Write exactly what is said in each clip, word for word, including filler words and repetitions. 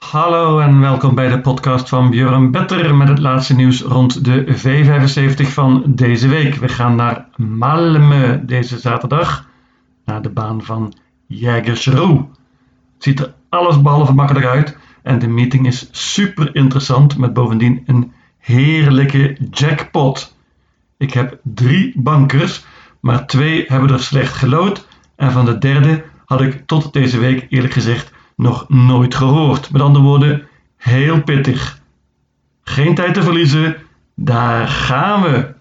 Hallo en welkom bij de podcast van Björn Better met het laatste nieuws rond de V vijfenzeventig van deze week. We gaan naar Malmö deze zaterdag, naar de baan van Jägersro. Het ziet er allesbehalve makkelijk uit en de meeting is super interessant met bovendien een heerlijke jackpot. Ik heb drie bankers, maar twee hebben er slecht gelood en van de derde had ik tot deze week eerlijk gezegd nog nooit gehoord. Met andere woorden, heel pittig. Geen tijd te verliezen, daar gaan we.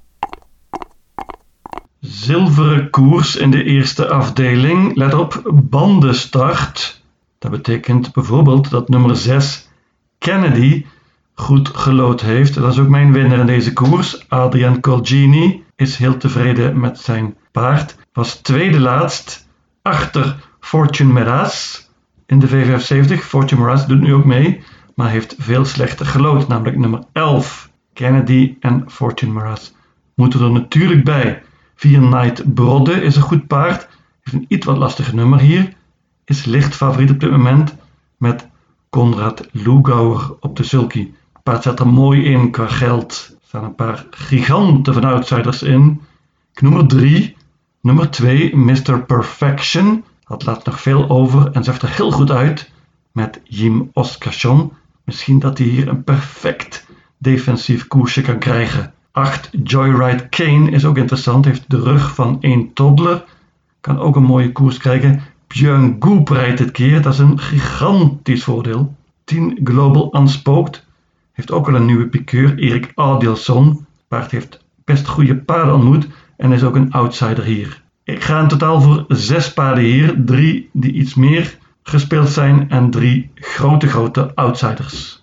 Zilveren koers in de eerste afdeling. Let op, bandenstart. Dat betekent bijvoorbeeld dat nummer zes, Kennedy, goed gelood heeft. Dat is ook mijn winnaar in deze koers. Adrian Colgini is heel tevreden met zijn paard. Was tweede laatst achter Fortune Meraz in de V vijfenzeventig. Fortune Meraz doet nu ook mee, maar heeft veel slechter gelood. Namelijk nummer elf. Kennedy en Fortune Meraz moeten er natuurlijk bij. Vier Night Brodde is een goed paard. Heeft een iets wat lastiger nummer hier. Is licht favoriet op dit moment met Konrad Lugauer op de sulky. Het paard zet er mooi in qua geld. Er staan een paar giganten van outsiders in. Ik noem er drie. Nummer twee, mister Perfection. Had laatst nog veel over en zag er heel goed uit met Jim Oskarsson. Misschien dat hij hier een perfect defensief koersje kan krijgen. acht Joyride Kane is ook interessant. Heeft de rug van één toddler. Kan ook een mooie koers krijgen. Björn Goop rijdt dit keer. Dat is een gigantisch voordeel. tien Global Unspoked. Heeft ook wel een nieuwe piqueur. Erik Adielsson. Paard heeft best goede paarden ontmoet. En is ook een outsider hier. Ik ga in totaal voor zes paarden hier. Drie die iets meer gespeeld zijn. En drie grote grote outsiders.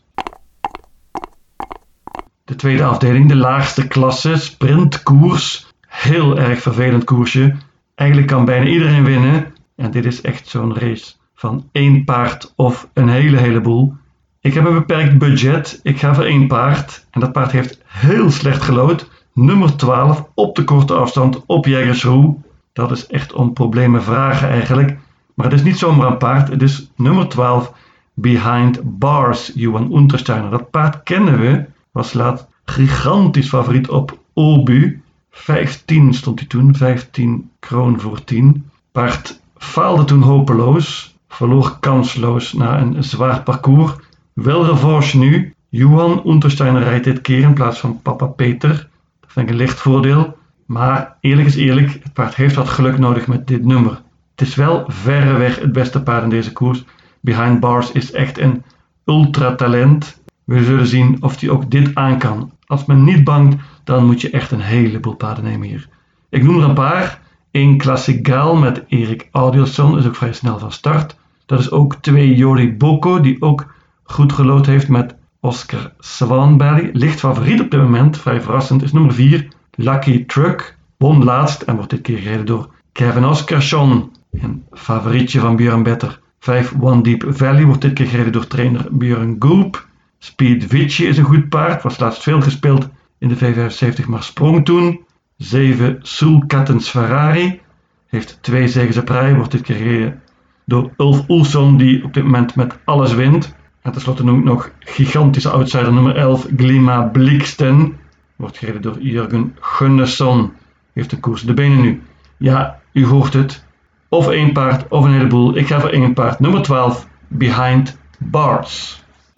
De tweede afdeling, de laagste klasse, sprintkoers. Heel erg vervelend koersje. Eigenlijk kan bijna iedereen winnen. En dit is echt zo'n race van één paard of een hele heleboel. Ik heb een beperkt budget. Ik ga voor één paard. En dat paard heeft heel slecht gelood. Nummer twaalf op de korte afstand op Jägersro. Dat is echt om problemen vragen eigenlijk. Maar het is niet zomaar een paard. Het is nummer twaalf, Behind Bars, Johan Untersteiner. Dat paard kennen we. Was laatst gigantisch favoriet op Åby. vijftien stond hij toen. vijftien kroon voor tien. Paard faalde toen hopeloos. Verloor kansloos na een zwaar parcours. Wel revanche nu. Johan Untersteiner rijdt dit keer in plaats van papa Peter. Dat vind ik een licht voordeel. Maar eerlijk is eerlijk, het paard heeft wat geluk nodig met dit nummer. Het is wel verreweg het beste paard in deze koers. Behind Bars is echt een ultratalent. We zullen zien of hij ook dit aan kan. Als men niet bangt, dan moet je echt een heleboel paarden nemen hier. Ik noem er een paar. Eén Classic Gaal met Erik Adielsson is ook vrij snel van start. Dat is ook twee Jori Boko, die ook goed gelood heeft met Oscar Swanberg. Licht favoriet op dit moment, vrij verrassend, is nummer vier. Lucky Truck. Won laatst en wordt dit keer gereden door Kevin Oskarsson. Een favorietje van Björn Better. vijf One Deep Valley wordt dit keer gereden door trainer Björn Goop. Speed Vici is een goed paard. Was laatst veel gespeeld in de V vijfenzeventig, maar sprong toen. zeven Sulkattens Ferrari. Heeft twee zegens op rij. Wordt dit keer gereden door Ulf Olsson, die op dit moment met alles wint. En tenslotte noem ik nog gigantische outsider nummer elf, Glima Bliksten. Wordt gereden door Jürgen Gunnarsson. Heeft een koers in de benen nu. Ja, u hoort het. Of één paard of een heleboel. Ik ga voor één paard. Nummer twaalf, Behind Bars.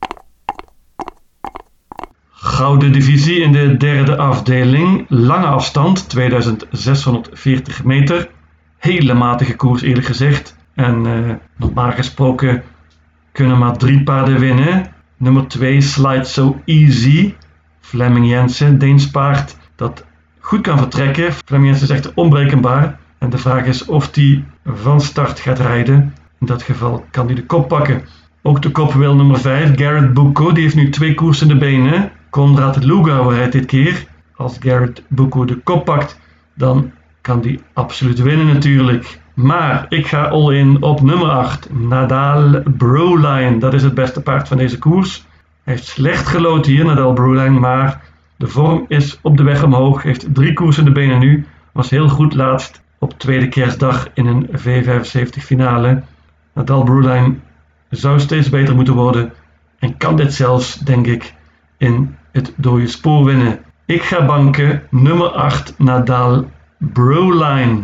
Gouden divisie in de derde afdeling. Lange afstand, tweeduizend zeshonderdveertig meter. Hele matige koers eerlijk gezegd. En uh, normaal gesproken kunnen maar drie paarden winnen. Nummer twee, Slide So Easy. Flemming Jensen, Deens paard dat goed kan vertrekken. Flemming Jensen is echt onbrekenbaar. En de vraag is of hij van start gaat rijden. In dat geval kan hij de kop pakken. Ook de kop wil nummer vijf, Garrett Bucco. Die heeft nu twee koersen in de benen. Konrad Lugauer rijdt dit keer. Als Garrett Bucco de kop pakt, dan kan hij absoluut winnen natuurlijk. Maar ik ga all in op nummer acht, Nadal Broline. Dat is het beste paard van deze koers. Hij heeft slecht gelood hier, Nadal Broline, maar de vorm is op de weg omhoog. Heeft drie koersen in de benen nu. Was heel goed laatst op tweede kerstdag in een V vijfenzeventig finale. Nadal Broline zou steeds beter moeten worden en kan dit zelfs, denk ik, in het dode spoor winnen. Ik ga banken nummer acht Nadal Broline.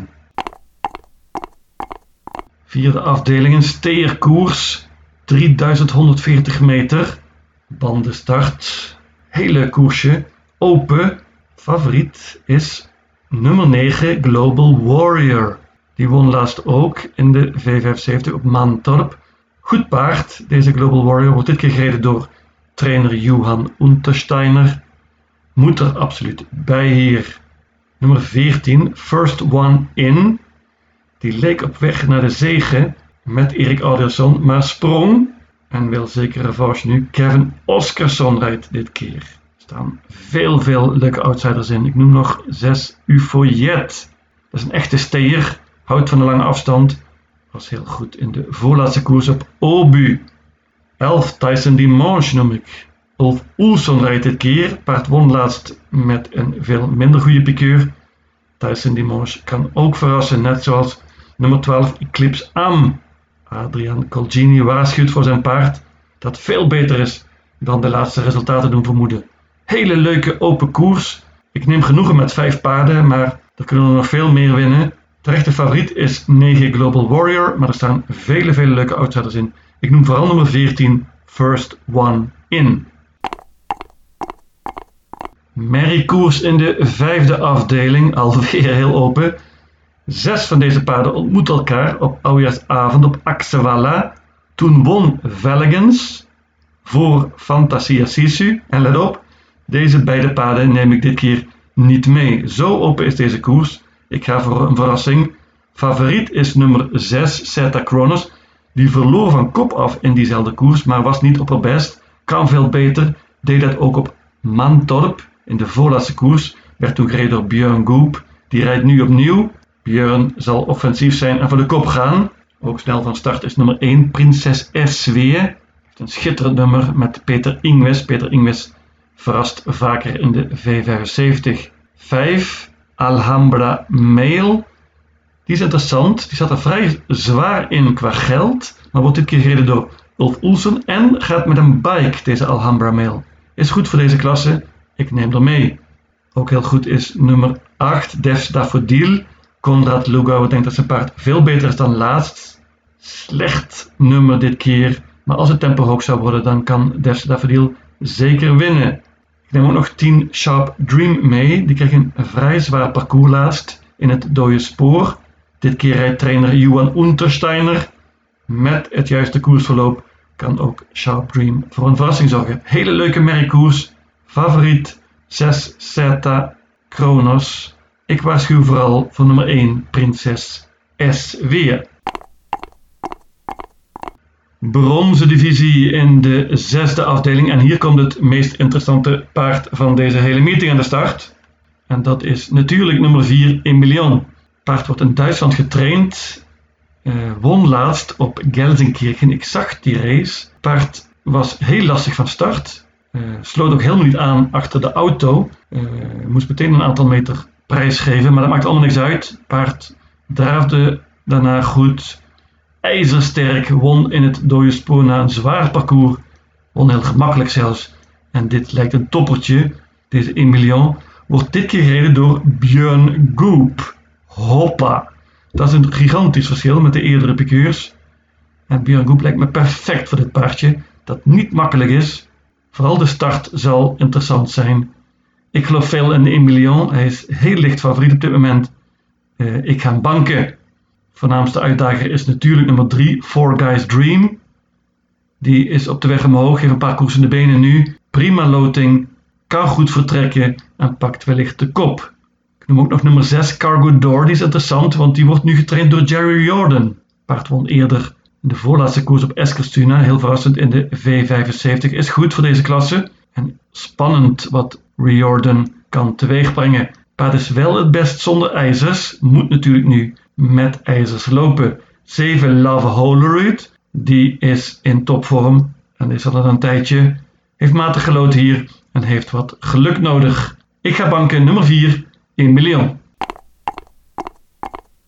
Vierde afdeling, een steerkoers, drieduizend honderdveertig meter, bandenstart, heel leuk koersje, open, favoriet is nummer negen Global Warrior. Die won laatst ook in de V vijfenzeventig op Mantorp. Goed paard, deze Global Warrior wordt dit keer gereden door trainer Johan Untersteiner. Moet er absoluut bij hier. Nummer veertien, First One In. Die leek op weg naar de zege met Erik Adelsson, maar sprong en wil zeker revanche nu. Kevin Oscarsson rijdt dit keer. Er staan veel, veel leuke outsiders in. Ik noem nog zes Ufoyet. Dat is een echte steer, houdt van de lange afstand. Was heel goed in de voorlaatste koers op Obu. elf Tyson Dimanche noem ik. Ulf Oelson rijdt dit keer. Paard won laatst met een veel minder goede piqueur. Tyson Dimanche kan ook verrassen, net zoals nummer twaalf Eclipse Am. Adrian Colgini waarschuwt voor zijn paard dat veel beter is dan de laatste resultaten doen vermoeden. Hele leuke open koers. Ik neem genoegen met vijf paarden, maar er kunnen er nog veel meer winnen. De rechte favoriet is negen Global Warrior, maar er staan vele, vele leuke outsiders in. Ik noem vooral nummer veertien First One In. Merriekoers in de vijfde afdeling, alweer heel open. Zes van deze paarden ontmoeten elkaar op oudejaarsavond op Axevalla. Toen won Veligans voor Fantasia Sisu. En let op, deze beide paarden neem ik dit keer niet mee. Zo open is deze koers. Ik ga voor een verrassing. Favoriet is nummer zes, Zeta Kronos. Die verloor van kop af in diezelfde koers, maar was niet op haar best. Kan veel beter. Deed dat ook op Mantorp in de voorlaatste koers. Werd toen gereden door Björn Goop. Die rijdt nu opnieuw. Björn zal offensief zijn en voor de kop gaan. Ook snel van start is nummer één, Prinses Eswee. Heeft een schitterend nummer met Peter Ingves. Peter Ingves verrast vaker in de V vijfenzeventig. vijf, Alhambra Mail. Die is interessant. Die zat er vrij zwaar in qua geld. Maar wordt dit keer gereden door Ulf Oelsen. En gaat met een bike, deze Alhambra Mail. Is goed voor deze klasse. Ik neem er mee. Ook heel goed is nummer acht, Devs Daffodil. Konrad Lugauer denkt dat zijn paard veel beter is dan laatst. Slecht nummer dit keer. Maar als het tempo hoog zou worden, dan kan Devs Daffodil zeker winnen. Ik neem ook nog tien Sharp Dream mee. Die kreeg een vrij zwaar parcours laatst in het dode spoor. Dit keer rijdt trainer Johan Untersteiner. Met het juiste koersverloop kan ook Sharp Dream voor een verrassing zorgen. Hele leuke merriekoers. Favoriet zes Zeta Kronos. Ik waarschuw vooral voor nummer één, Prinses Eswee. Bronzen divisie in de zesde afdeling. En hier komt het meest interessante paard van deze hele meeting aan de start. En dat is natuurlijk nummer vier, Emilion. Het paard wordt in Duitsland getraind. Uh, won laatst op Gelsenkirchen. Ik zag die race. Het paard was heel lastig van start. Uh, sloot ook helemaal niet aan achter de auto. Uh, moest meteen een aantal meter prijs geven, maar dat maakt allemaal niks uit. Het paard draafde daarna goed. IJzersterk, won in het dode spoor na een zwaar parcours. Won heel gemakkelijk zelfs. En dit lijkt een toppertje. Deze Emilion wordt dit keer gereden door Björn Goop. Hoppa. Dat is een gigantisch verschil met de eerdere piqueurs. En Björn Goop lijkt me perfect voor dit paardje. Dat niet makkelijk is. Vooral de start zal interessant zijn. Ik geloof veel in de Emilion. Hij is heel licht favoriet op dit moment. Uh, ik ga banken. Voornaamste uitdager is natuurlijk nummer drie, Four Guys Dream. Die is op de weg omhoog, heeft een paar koers in de benen nu. Prima loting, kan goed vertrekken en pakt wellicht de kop. Ik noem ook nog nummer zes, Cargo Door. Die is interessant, want die wordt nu getraind door Jerry Jordan. Paard won eerder in de voorlaatste koers op Eskilstuna. Heel verrassend in de V vijfenzeventig. Is goed voor deze klasse. En spannend wat Riordan kan teweegbrengen. Paard is wel het best zonder ijzers. Moet natuurlijk nu met ijzers lopen. zeven Love Hollerud. Die is in topvorm. En is al een tijdje. Heeft matig gelood hier. En heeft wat geluk nodig. Ik ga banken nummer vier. Emilion.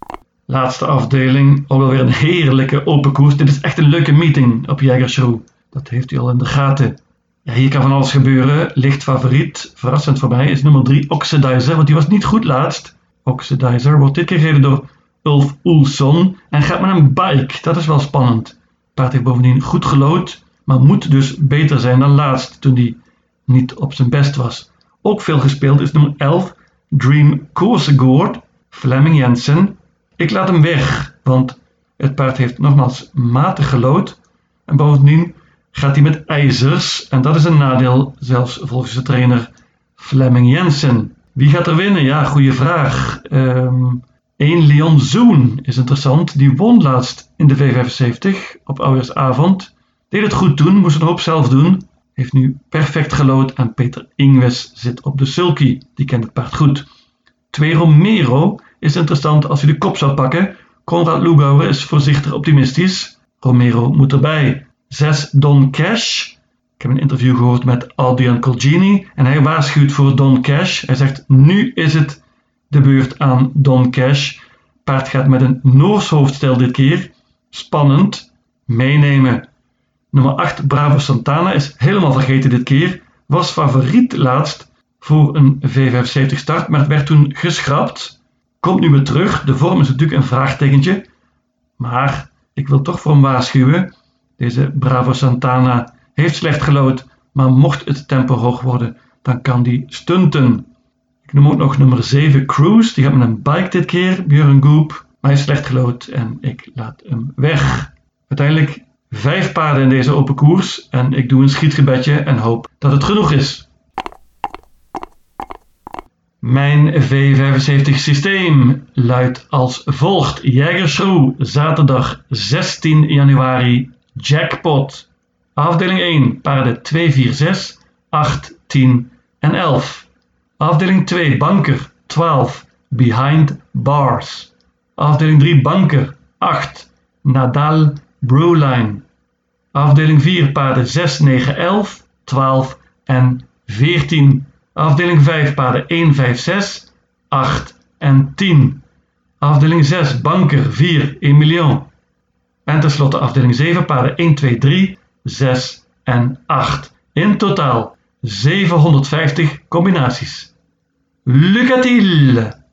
Laatste afdeling, ook alweer een heerlijke open koers. Dit is echt een leuke meeting op Jägersro. Dat heeft u al in de gaten. Ja, hier kan van alles gebeuren. Licht favoriet, verrassend voor mij, is nummer drie Oxidizer, want die was niet goed laatst. Oxidizer wordt dit keer gereden door Ulf Ohlson en gaat met een bike. Dat is wel spannend. Het paard heeft bovendien goed gelood, maar moet dus beter zijn dan laatst toen hij niet op zijn best was. Ook veel gespeeld is nummer elf Dream Koersegård, Flemming Jensen. Ik laat hem weg, want het paard heeft nogmaals matig gelood en bovendien gaat hij met ijzers en dat is een nadeel, zelfs volgens de trainer Flemming Jensen. Wie gaat er winnen? Ja, goede vraag. Um, één Leon Zoon is interessant. Die won laatst in de V vijfenzeventig op oudejaarsavond. Deed het goed toen, moest een hoop zelf doen. Heeft nu perfect gelood en Peter Ingves zit op de sulky. Die kent het paard goed. twee Romero is interessant als hij de kop zou pakken. Konrad Lugauer is voorzichtig optimistisch. Romero moet erbij. zes Don Cash. Ik heb een interview gehoord met Adrian Colgini en hij waarschuwt voor Don Cash. Hij zegt, nu is het de beurt aan Don Cash. Paard gaat met een Noors hoofdstel dit keer. Spannend. Meenemen. Nummer acht Bravo Santana is helemaal vergeten dit keer. Was favoriet laatst voor een V vijfenzeventig start, maar het werd toen geschrapt. Komt nu weer terug. De vorm is natuurlijk een vraagtekentje. Maar ik wil toch voor hem waarschuwen. Deze Bravo Santana heeft slecht gelood, maar mocht het tempo hoog worden, dan kan die stunten. Ik noem ook nog nummer zeven Cruise. Die gaat met een bike dit keer, Björn Goop. Maar hij is slecht gelood en ik laat hem weg. Uiteindelijk vijf paarden in deze open koers en ik doe een schietgebedje en hoop dat het genoeg is. Mijn V vijfenzeventig systeem luidt als volgt. Jägersro, zaterdag zestien januari, jackpot. Afdeling één, paarden twee, vier, zes, acht, tien en elf. Afdeling twee, banker twaalf, behind bars. Afdeling drie, banker acht, Nadal Brewline. Afdeling vier, paarden zes, negen, elf, twaalf en veertien. Afdeling vijf, paarden een, vijf, zes, acht en tien. Afdeling zes, banker vier, één miljoen. En tenslotte afdeling zeven, paarden een, twee, drie, zes en acht. In totaal zevenhonderdvijftig combinaties. Lucatiel!